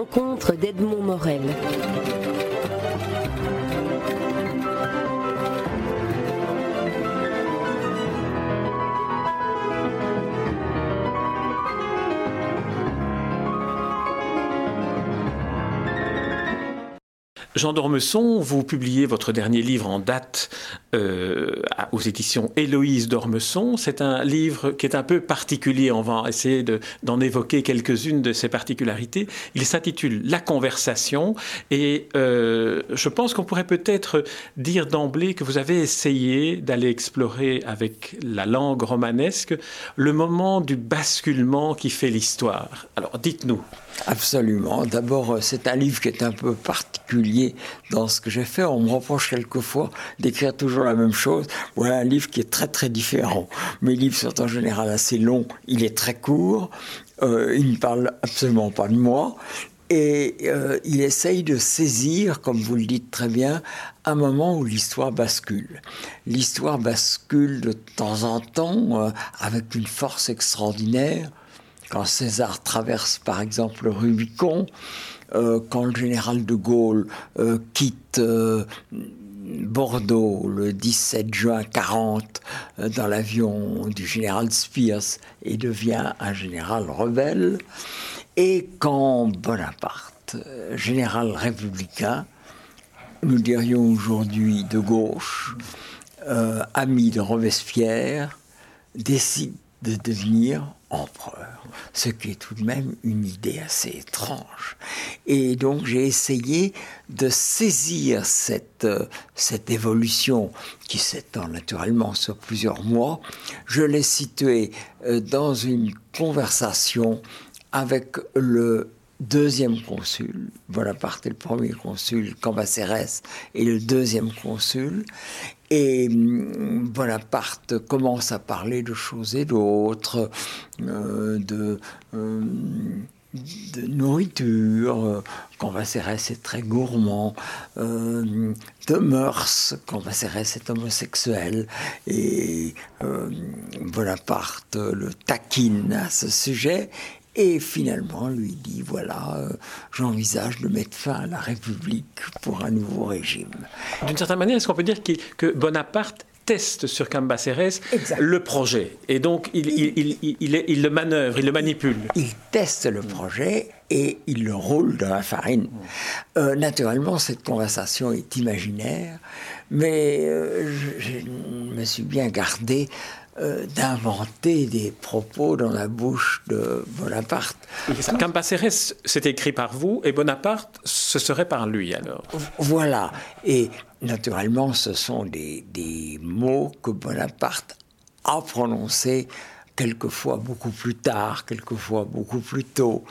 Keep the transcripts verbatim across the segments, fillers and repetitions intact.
rencontre d'Edmond Morel. Jean d'Ormesson, vous publiez votre dernier livre en date euh, aux éditions Héloïse d'Ormesson. C'est un livre qui est un peu particulier. On va essayer de, d'en évoquer quelques-unes de ses particularités. Il s'intitule « La conversation » et euh, je pense qu'on pourrait peut-être dire d'emblée que vous avez essayé d'aller explorer avec la langue romanesque le moment du basculement qui fait l'histoire. Alors, dites-nous. Absolument. D'abord, c'est un livre qui est un peu particulier dans ce que j'ai fait. On me reproche quelquefois d'écrire toujours la même chose. Voilà un livre qui est très très différent. Mes livres sont en général assez longs. Il est très court. Euh, il ne parle absolument pas de moi. Et euh, il essaye de saisir, comme vous le dites très bien, un moment où l'histoire bascule. L'histoire bascule de temps en temps euh, avec une force extraordinaire. Quand César traverse par exemple le Rubicon, euh, quand le général de Gaulle euh, quitte euh, Bordeaux le dix-sept juin quarante euh, dans l'avion du général Spears et devient un général rebelle, et quand Bonaparte, euh, général républicain, nous dirions aujourd'hui de gauche, euh, ami de Robespierre, décide de devenir empereur, ce qui est tout de même une idée assez étrange. Et donc j'ai essayé de saisir cette, euh, cette évolution qui s'étend naturellement sur plusieurs mois. Je l'ai située euh, dans une conversation avec le deuxième consul. Bonaparte est le premier consul, Cambacérès est le deuxième consul. Et Bonaparte commence à parler de choses et d'autres, euh, de, euh, de nourriture. Cambacérès est très gourmand, euh, de mœurs. Cambacérès est homosexuel. Et euh, Bonaparte le taquine à ce sujet. Et finalement, lui dit, voilà, euh, j'envisage de mettre fin à la République pour un nouveau régime. D'une certaine manière, est-ce qu'on peut dire qu'il, que Bonaparte teste sur Cambacérès le projet, et donc il, il, il, il, il, il le manœuvre, il le manipule. Il teste le projet et il le roule dans la farine. Euh, naturellement, cette conversation est imaginaire, mais euh, je, je me suis bien gardé Euh, d'inventer des propos dans la bouche de Bonaparte. Cambacérès, c'est écrit par vous, et Bonaparte, ce serait par lui, alors. Voilà. Et naturellement, ce sont des, des mots que Bonaparte a prononcés quelquefois beaucoup plus tard, quelquefois beaucoup plus tôt,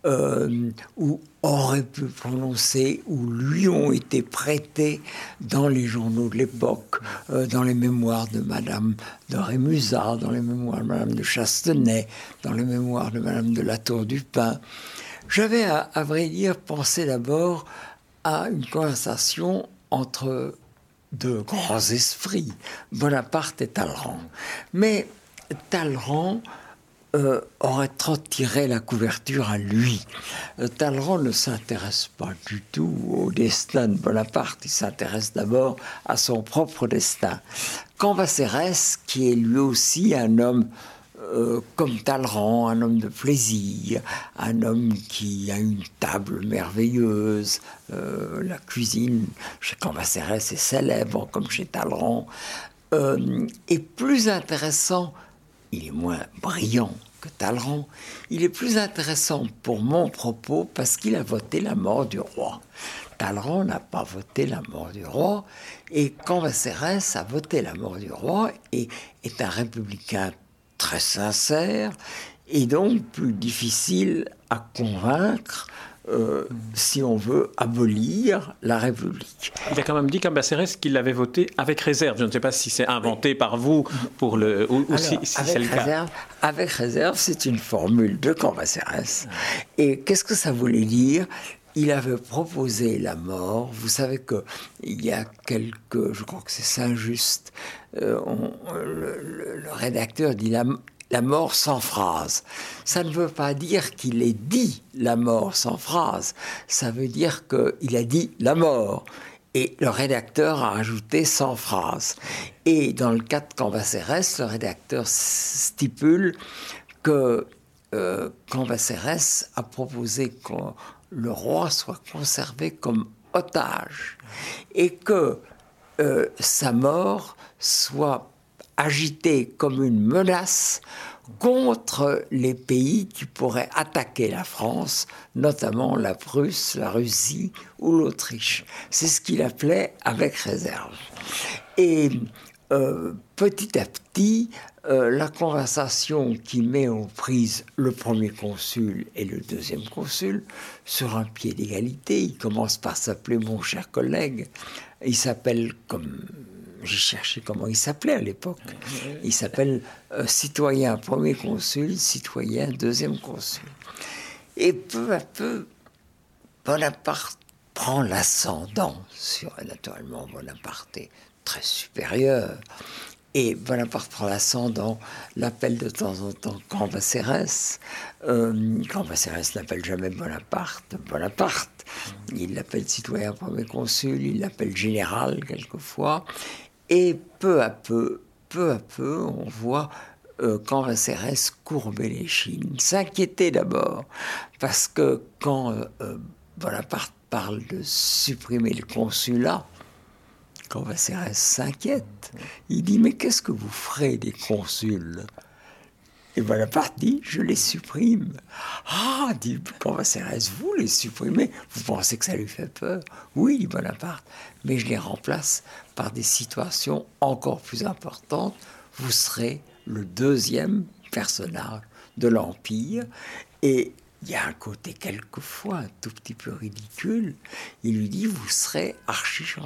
euh, ou aurait pu prononcer, ou lui ont été prêtés dans les journaux de l'époque, euh, dans les mémoires de Madame de Rémusat, dans les mémoires de Madame de Chastenay, dans les mémoires de Madame de La Tour du Pin. J'avais, à, à vrai dire, pensé d'abord à une conversation entre deux grands esprits, Bonaparte et Talleyrand. Mais Talleyrand euh, aurait trop tiré la couverture à lui. Euh, Talleyrand ne s'intéresse pas du tout au destin de Bonaparte, il s'intéresse d'abord à son propre destin. Cambacérès, qui est lui aussi un homme euh, comme Talleyrand, un homme de plaisir, un homme qui a une table merveilleuse, euh, la cuisine chez Cambacérès est célèbre comme chez Talleyrand, euh, est plus intéressant. Il est moins brillant que Talleyrand. Il est plus intéressant pour mon propos parce qu'il a voté la mort du roi. Talleyrand n'a pas voté la mort du roi, et Cambacérès a voté la mort du roi et est un républicain très sincère, et donc plus difficile à convaincre Euh, si on veut abolir la République. Il a quand même dit, Cambacérès, qu'il l'avait voté avec réserve. Je ne sais pas si c'est inventé par vous pour le, ou, ou Alors, si, si avec c'est le réserve, cas. Avec réserve, c'est une formule de Cambacérès. Et qu'est-ce que ça voulait dire ? Il avait proposé la mort. Vous savez qu'il y a quelques... Je crois que c'est Saint-Just. Euh, on, le, le, le rédacteur dit la, la mort sans phrase. Ça ne veut pas dire qu'il ait dit la mort sans phrase. Ça veut dire qu'il a dit la mort. Et le rédacteur a ajouté sans phrase. Et dans le cas de Cambacérès, le rédacteur stipule que euh, Cambacérès a proposé que le roi soit conservé comme otage et que euh, sa mort soit agitée comme une menace contre les pays qui pourraient attaquer la France, notamment la Prusse, la Russie ou l'Autriche. C'est ce qu'il appelait avec réserve. Et euh, petit à petit, euh, la conversation qui met aux prises le premier consul et le deuxième consul sur un pied d'égalité, il commence par s'appeler mon cher collègue, il s'appelle comme... J'ai cherché comment il s'appelait à l'époque. Il s'appelle euh, citoyen premier consul, citoyen deuxième consul. Et peu à peu, Bonaparte prend l'ascendant sur, naturellement, Bonaparte est très supérieur. Et Bonaparte prend l'ascendant, l'appelle de temps en temps Cambacérès. Euh, Cambacérès n'appelle jamais Bonaparte Bonaparte. Il l'appelle citoyen premier consul, il l'appelle général quelquefois. Et peu à peu, peu à peu, on voit euh, Cambacérès courber les chines, s'inquiéter d'abord, parce que quand euh, Bonaparte parle de supprimer le consulat, Cambacérès s'inquiète. Il dit « Mais qu'est-ce que vous ferez des consuls ?» Et Bonaparte dit « Je les supprime. » « Ah, dit Cambacérès, vous les supprimez? Vous pensez que ça lui fait peur? » « Oui, dit Bonaparte, mais je les remplace par des situations encore plus importantes. Vous serez le deuxième personnage de l'Empire. » Et il y a un côté quelquefois un tout petit peu ridicule. Il lui dit « Vous serez archi-chancelier. »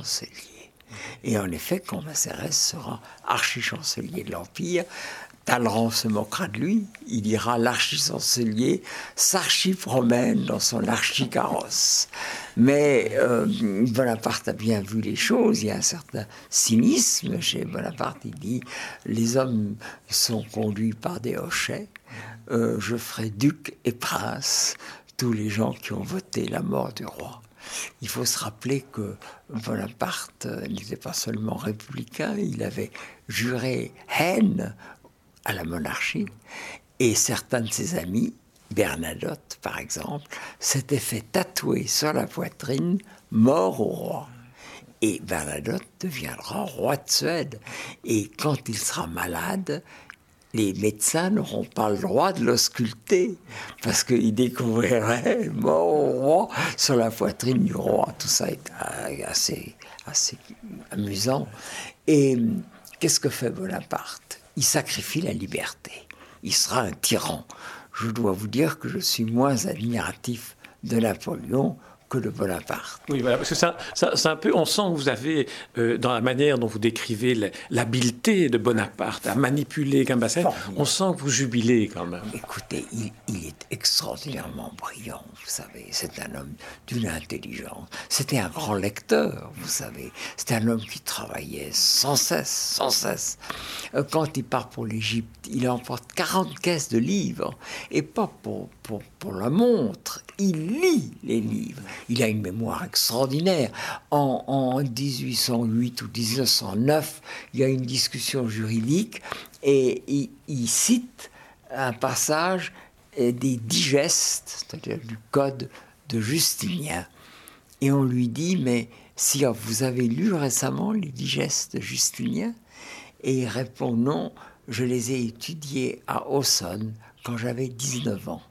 Et en effet, Cambacérès sera archi-chancelier de l'Empire. Talleyrand se moquera de lui, il dira l'archi-chancelier s'archi-promène dans son archi-carrosse. Mais euh, Bonaparte a bien vu les choses, il y a un certain cynisme chez Bonaparte, il dit les hommes sont conduits par des hochets, euh, je ferai duc et prince tous les gens qui ont voté la mort du roi. Il faut se rappeler que Bonaparte n'était pas seulement républicain, il avait juré haine à la monarchie, et certains de ses amis, Bernadotte par exemple, s'étaient fait tatouer sur la poitrine « Mort au roi ». Et Bernadotte deviendra roi de Suède. Et quand il sera malade, les médecins n'auront pas le droit de l'ausculter, parce qu'ils découvriraient « Mort au roi » sur la poitrine du roi. Tout ça est assez, assez amusant. Et qu'est-ce que fait Bonaparte ? Il sacrifie la liberté. Il sera un tyran. Je dois vous dire que je suis moins admiratif de Napoléon que de Bonaparte. Oui, voilà, parce que ça, ça, c'est un peu, on sent que vous avez, euh, dans la manière dont vous décrivez l'habileté de Bonaparte à manipuler Cambacérès, on sent que vous jubilez quand même. Écoutez, il, il est extraordinairement brillant, vous savez. C'est un homme d'une intelligence. C'était un grand lecteur, vous savez. C'était un homme qui travaillait sans cesse, sans cesse. Quand il part pour l'Égypte, il emporte quarante caisses de livres, et pas pour, pour, pour la montre. Il lit les livres. Il a une mémoire extraordinaire. En, en dix-huit cent huit ou dix-neuf cent neuf, il y a une discussion juridique et il, il cite un passage des digestes, c'est-à-dire du code de Justinien. Et on lui dit, mais si vous avez lu récemment les digestes de Justinien? Et il répond, non, je les ai étudiés à Aussonne quand j'avais dix-neuf ans.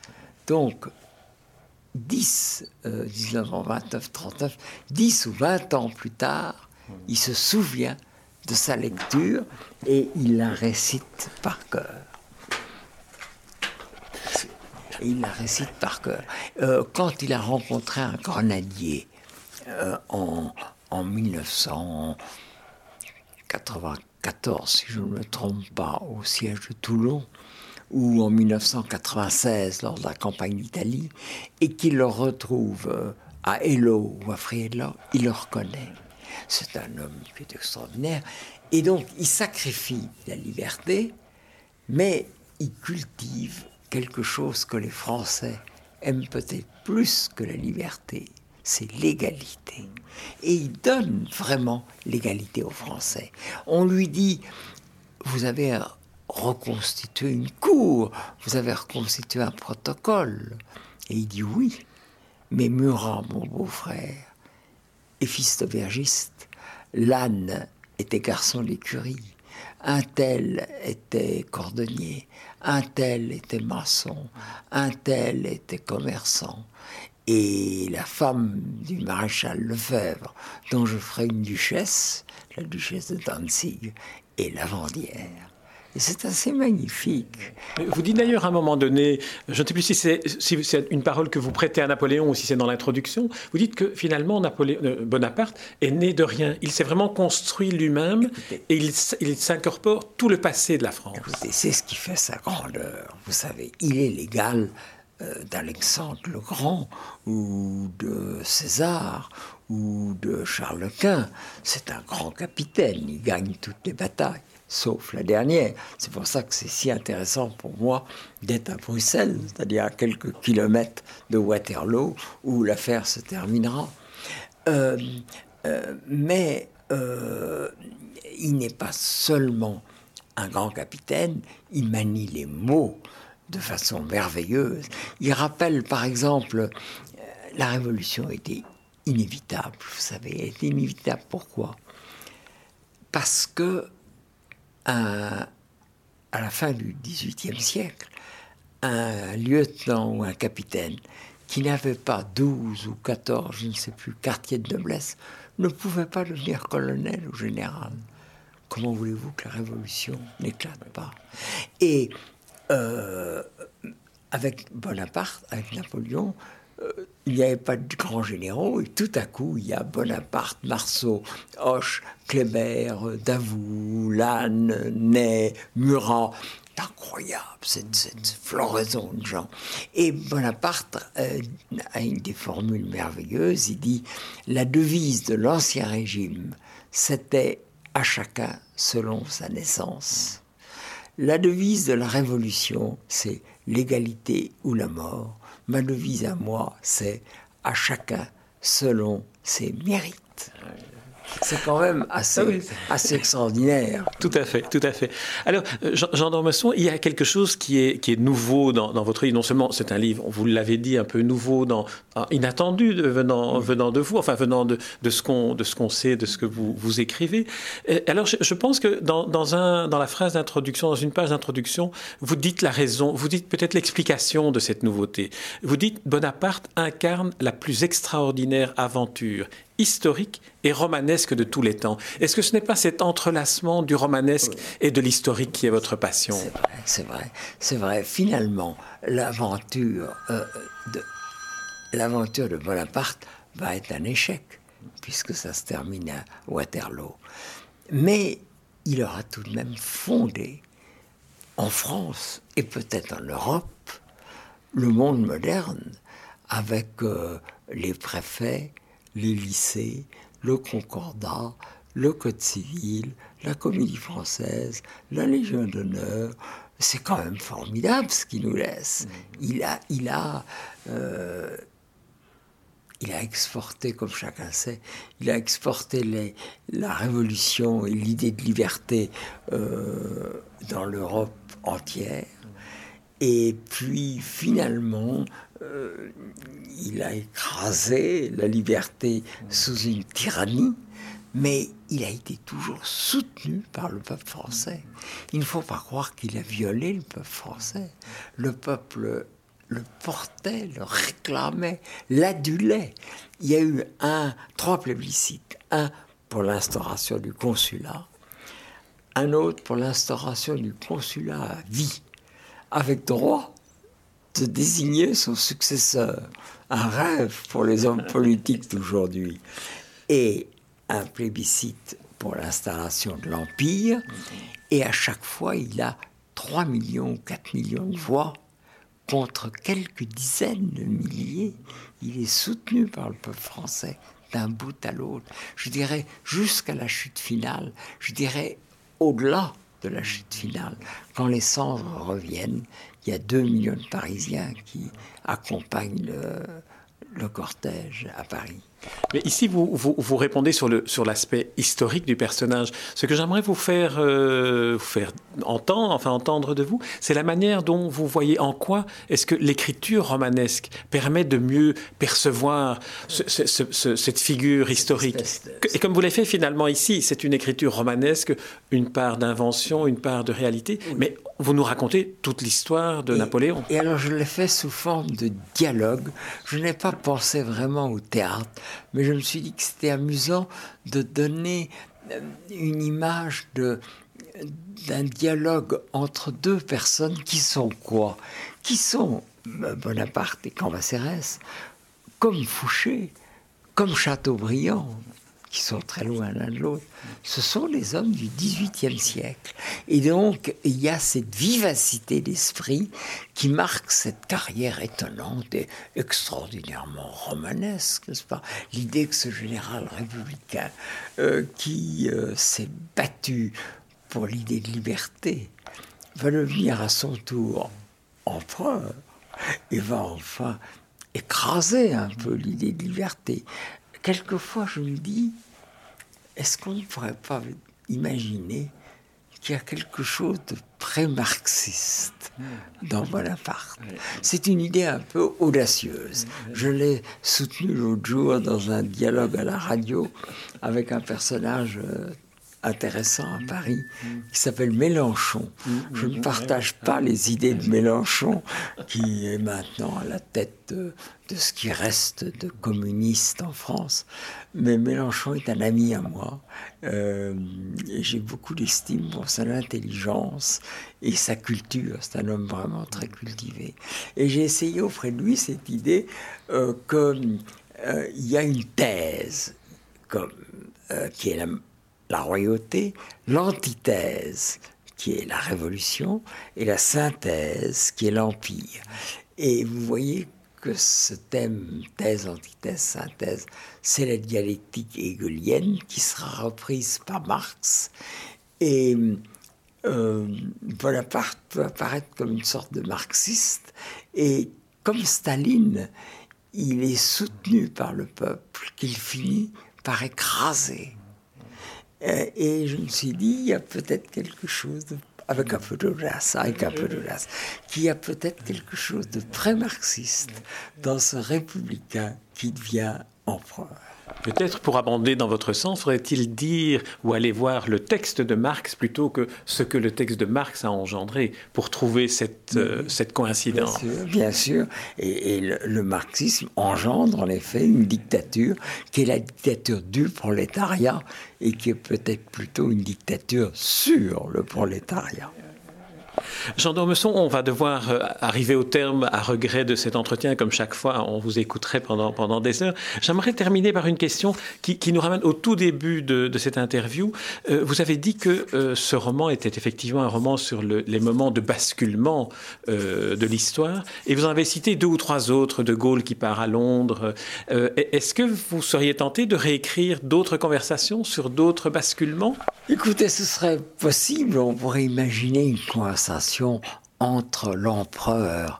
Donc, dix, euh, dix-neuf ans, vingt-neuf, trente-neuf, dix ou vingt ans plus tard, il se souvient de sa lecture et il la récite par cœur. Et il la récite par cœur. Euh, quand il a rencontré un grenadier euh, en, en mille neuf cent quatre-vingt-quatorze, si je ne me trompe pas, au siège de Toulon, ou en mille neuf cent quatre-vingt-seize, lors de la campagne d'Italie, et qu'il le retrouve à Eylau ou à Friedland, il le reconnaît. C'est un homme qui est extraordinaire. Et donc, il sacrifie la liberté, mais il cultive quelque chose que les Français aiment peut-être plus que la liberté, c'est l'égalité. Et il donne vraiment l'égalité aux Français. On lui dit, vous avez reconstitué une cour, vous avez reconstitué un protocole. Et il dit oui, mais Murat, mon beau-frère, est fils d'aubergiste. Lannes était garçon d'écurie. Un tel était cordonnier, un tel était maçon, un tel était commerçant. Et la femme du maréchal Lefebvre, dont je ferai une duchesse, la duchesse de Danzig, est lavandière. Et c'est assez magnifique. Vous dites d'ailleurs à un moment donné, je ne sais plus si c'est, si c'est une parole que vous prêtez à Napoléon ou si c'est dans l'introduction, vous dites que finalement Napoléon, euh, Bonaparte est né de rien. Il s'est vraiment construit lui-même. Écoutez, et il, il s'incorpore tout le passé de la France. Écoutez, c'est ce qui fait sa grandeur. Vous savez, il est l'égal euh, d'Alexandre le Grand ou de César ou de Charles Quint. C'est un grand capitaine, il gagne toutes les batailles. Sauf la dernière. C'est pour ça que c'est si intéressant pour moi d'être à Bruxelles, c'est-à-dire à quelques kilomètres de Waterloo, où l'affaire se terminera. Euh, euh, mais euh, il n'est pas seulement un grand capitaine, il manie les mots de façon merveilleuse. Il rappelle, par exemple, euh, la Révolution était inévitable, vous savez. Elle était inévitable, pourquoi ? Parce que À, à la fin du dix-huitième siècle, un lieutenant ou un capitaine qui n'avait pas douze ou quatorze, je ne sais plus, quartiers de noblesse, ne pouvait pas devenir colonel ou général. Comment voulez-vous que la Révolution n'éclate pas ? Et euh, avec Bonaparte, avec Napoléon, euh, il n'y avait pas de grands généraux, et tout à coup, il y a Bonaparte, Marceau, Hoche, Kléber, Davout, Lannes, Ney, Murat. C'est incroyable, cette, cette floraison de gens. Et Bonaparte euh, a une des formules merveilleuses. Il dit « La devise de l'Ancien Régime, c'était à chacun selon sa naissance. La devise de la Révolution, c'est l'égalité ou la mort. Ma devise à moi, c'est à chacun selon ses mérites. » C'est quand même assez, ah oui. assez extraordinaire. Tout à fait, tout à fait. Alors, Jean, Jean d'Ormesson, il y a quelque chose qui est, qui est nouveau dans, dans votre livre. Non seulement c'est un livre, vous l'avez dit, un peu nouveau, dans, inattendu de, venant, oui. venant de vous, enfin venant de, de, ce qu'on, de ce qu'on sait, de ce que vous, vous écrivez. Alors, je, je pense que dans, dans, un, dans la phrase d'introduction, dans une page d'introduction, vous dites la raison, vous dites peut-être l'explication de cette nouveauté. Vous dites « Bonaparte incarne la plus extraordinaire aventure historique et romanesque de tous les temps ». Est-ce que ce n'est pas cet entrelacement du romanesque oui. et de l'historique qui est votre passion ? C'est vrai, c'est vrai. C'est vrai. Finalement, l'aventure, euh, de, l'aventure de Bonaparte va être un échec, puisque ça se termine à Waterloo. Mais il aura tout de même fondé en France, et peut-être en Europe, le monde moderne, avec euh, les préfets, les lycées, le Concordat, le Code civil, la Comédie française, la Légion d'honneur. C'est quand même formidable ce qu'il nous laisse. Il a, il a, euh, il a exporté, comme chacun sait, il a exporté les, la révolution et l'idée de liberté euh, dans l'Europe entière. Et puis, finalement, euh, il a écrasé la liberté sous une tyrannie, mais il a été toujours soutenu par le peuple français. Il ne faut pas croire qu'il a violé le peuple français. Le peuple le portait, le réclamait, l'adulait. Il y a eu un, trois plébiscites. Un pour l'instauration du consulat, un autre pour l'instauration du consulat à vie, avec droit de désigner son successeur. Un rêve pour les hommes politiques d'aujourd'hui. Et un plébiscite pour l'installation de l'Empire. Et à chaque fois, il a trois millions ou quatre millions de voix contre quelques dizaines de milliers. Il est soutenu par le peuple français d'un bout à l'autre. Je dirais jusqu'à la chute finale. Je dirais au-delà de la chute finale. Quand les cendres reviennent, il y a deux millions de Parisiens qui accompagnent le, le cortège à Paris. Mais ici, vous, vous, vous répondez sur, le, sur l'aspect historique du personnage. Ce que j'aimerais vous faire, euh, vous faire entendre, enfin entendre de vous, c'est la manière dont vous voyez en quoi est-ce que l'écriture romanesque permet de mieux percevoir ce, ce, ce, cette figure historique. Et comme vous l'avez fait finalement ici, c'est une écriture romanesque, une part d'invention, une part de réalité, oui. Mais vous nous racontez toute l'histoire de et, Napoléon. Et alors je l'ai fait sous forme de dialogue. Je n'ai pas pensé vraiment au théâtre, mais je me suis dit que c'était amusant de donner une image de, d'un dialogue entre deux personnes qui sont quoi ? Qui sont Bonaparte et Cambacérès, comme Fouché, comme Chateaubriand, qui sont très loin l'un de l'autre. Ce sont les hommes du dix-huitième siècle. Et donc, il y a cette vivacité d'esprit qui marque cette carrière étonnante et extraordinairement romanesque, n'est-ce pas ? L'idée que ce général républicain euh, qui euh, s'est battu pour l'idée de liberté va devenir à son tour empereur et va enfin écraser un peu l'idée de liberté. Quelquefois, je me dis, est-ce qu'on ne pourrait pas imaginer qu'il y a quelque chose de pré-marxiste dans Bonaparte ? C'est une idée un peu audacieuse. Je l'ai soutenue l'autre jour dans un dialogue à la radio avec un personnage intéressant à Paris qui s'appelle Mélenchon. Je ne partage pas les idées de Mélenchon qui est maintenant à la tête de, de ce qui reste de communistes en France. Mais Mélenchon est un ami à moi euh, et j'ai beaucoup d'estime pour son intelligence et sa culture. C'est un homme vraiment très cultivé. Et j'ai essayé auprès de lui cette idée euh, qu'il euh, y a une thèse comme, euh, qui est la la royauté, l'antithèse qui est la révolution et la synthèse qui est l'empire. Et vous voyez que ce thème, thèse, antithèse, synthèse, c'est la dialectique hegelienne qui sera reprise par Marx. Et euh, Bonaparte peut apparaître comme une sorte de marxiste. Et comme Staline, il est soutenu par le peuple qu'il finit par écraser. Et je me suis dit, il y a peut-être quelque chose, de, avec un peu d'audace, avec un peu d'audace, qu'il y a peut-être quelque chose de pré-marxiste dans ce républicain qui devient empereur. Peut-être pour abonder dans votre sens, faudrait-il dire ou aller voir le texte de Marx plutôt que ce que le texte de Marx a engendré pour trouver cette, oui, euh, cette coïncidence. Bien sûr, bien sûr. Et, et le, le marxisme engendre en effet une dictature qui est la dictature du prolétariat et qui est peut-être plutôt une dictature sur le prolétariat. Jean d'Ormesson, on va devoir arriver au terme à regret de cet entretien. Comme chaque fois, on vous écouterait pendant, pendant des heures. J'aimerais terminer par une question qui, qui nous ramène au tout début de, de cette interview. Euh, vous avez dit que euh, ce roman était effectivement un roman sur le, les moments de basculement euh, de l'histoire. Et vous en avez cité deux ou trois autres, De Gaulle qui part à Londres. Euh, est-ce que vous seriez tenté de réécrire d'autres conversations sur d'autres basculements ? Écoutez, ce serait possible. On pourrait imaginer une conversation entre l'empereur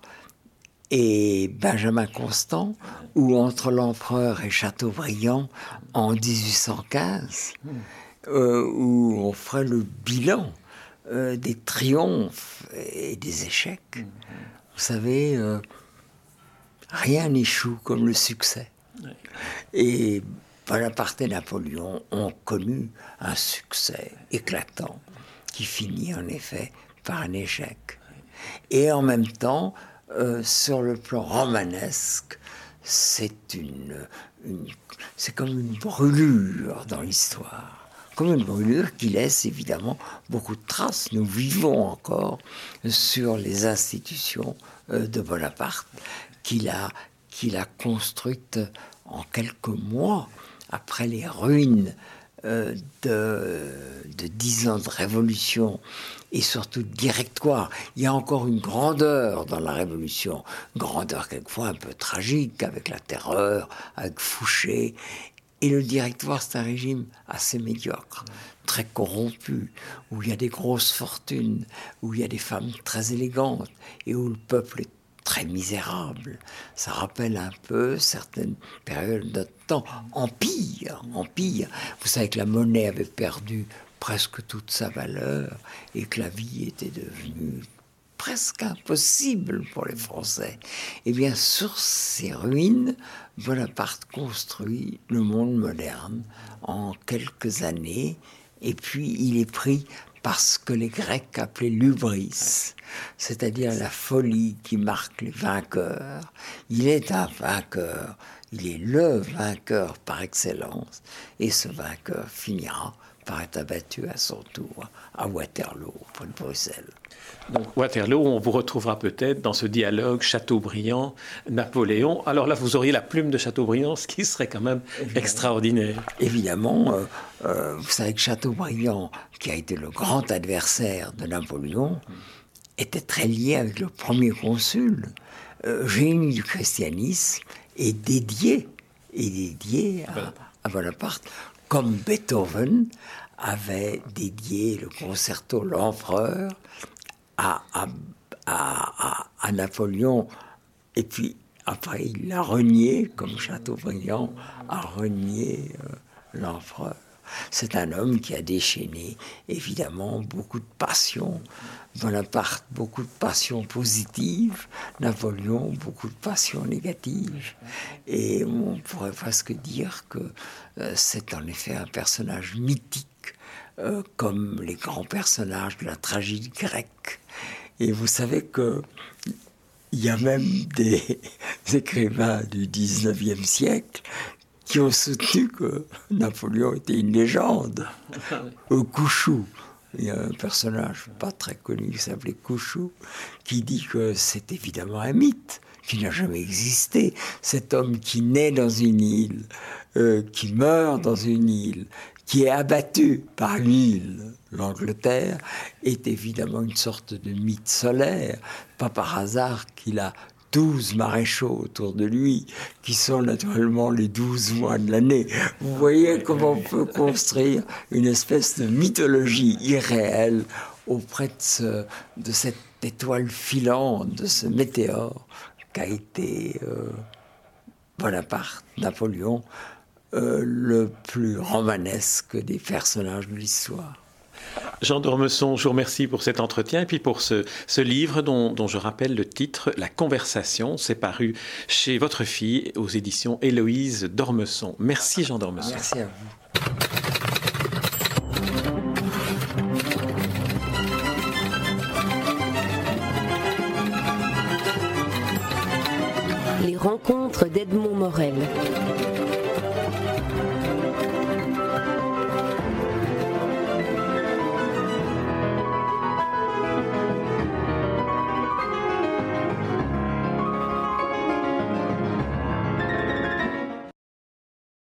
et Benjamin Constant ou entre l'empereur et Chateaubriand en dix-huit cent quinze, euh, où on ferait le bilan euh, des triomphes et des échecs. Vous savez, euh, rien n'échoue comme le succès. Et Bonaparte et Napoléon ont connu un succès éclatant qui finit en effet par un échec. Et en même temps, euh, sur le plan romanesque, c'est une, une, c'est comme une brûlure dans l'histoire. Comme une brûlure qui laisse évidemment beaucoup de traces. Nous vivons encore sur les institutions euh, de Bonaparte qu'il a, qu'il a construites en quelques mois après les ruines euh, de, de dix ans de révolution et surtout de directoire. Il y a encore une grandeur dans la révolution, une grandeur quelquefois un peu tragique avec la terreur, avec Fouché. Et le directoire, c'est un régime assez médiocre, très corrompu, où il y a des grosses fortunes, où il y a des femmes très élégantes, et où le peuple est très misérable. Ça rappelle un peu certaines périodes de notre temps. Empire, empire. Vous savez que la monnaie avait perdu presque toute sa valeur, et que la vie était devenue presque impossible pour les Français. Eh bien, sur ces ruines, Bonaparte construit le monde moderne en quelques années, et puis il est pris par ce que les Grecs appelaient l'hubris, c'est-à-dire la folie qui marque les vainqueurs. Il est un vainqueur, il est le vainqueur par excellence, et ce vainqueur finira par être abattu à son tour à Waterloo, près de Bruxelles. Donc Waterloo, on vous retrouvera peut-être dans ce dialogue Chateaubriand-Napoléon. Alors là, vous auriez la plume de Chateaubriand, ce qui serait quand même Évidemment. extraordinaire. Évidemment, euh, euh, vous savez que Chateaubriand, qui a été le grand adversaire de Napoléon, était très lié avec le premier consul. Euh, génie du christianisme, est dédié, est dédié à, à Bonaparte, comme Beethoven avait dédié le concerto L'Empereur à, à, à, à Napoléon, et puis après il l'a renié, comme Chateaubriand a renié euh, l'Empereur. C'est un homme qui a déchaîné évidemment beaucoup de passion. Bonaparte, beaucoup de passion positive. Napoléon, beaucoup de passion négative. Et on pourrait presque dire que euh, c'est en effet un personnage mythique, euh, comme les grands personnages de la tragédie grecque. Et vous savez que il y a même des écrivains du dix-neuvième siècle qui ont soutenu que Napoléon était une légende. Au Couchou, il y a un personnage pas très connu qui s'appelait Couchou, qui dit que c'est évidemment un mythe, qui n'a jamais existé. Cet homme qui naît dans une île, euh, qui meurt dans une île, qui est abattu par l'île, l'Angleterre, est évidemment une sorte de mythe solaire. Pas par hasard qu'il a douze maréchaux autour de lui, qui sont naturellement les douze mois de l'année. Vous voyez comment on peut construire une espèce de mythologie irréelle auprès de, ce, de cette étoile filante, de ce météore qu'a été euh, Bonaparte, Napoléon, euh, le plus romanesque des personnages de l'histoire. Jean d'Ormesson, je vous remercie pour cet entretien et puis pour ce, ce livre dont, dont je rappelle le titre, La Conversation. C'est paru chez votre fille aux éditions Héloïse d'Ormesson. Merci Jean d'Ormesson. Merci à vous. Les rencontres d'Edmond Morel.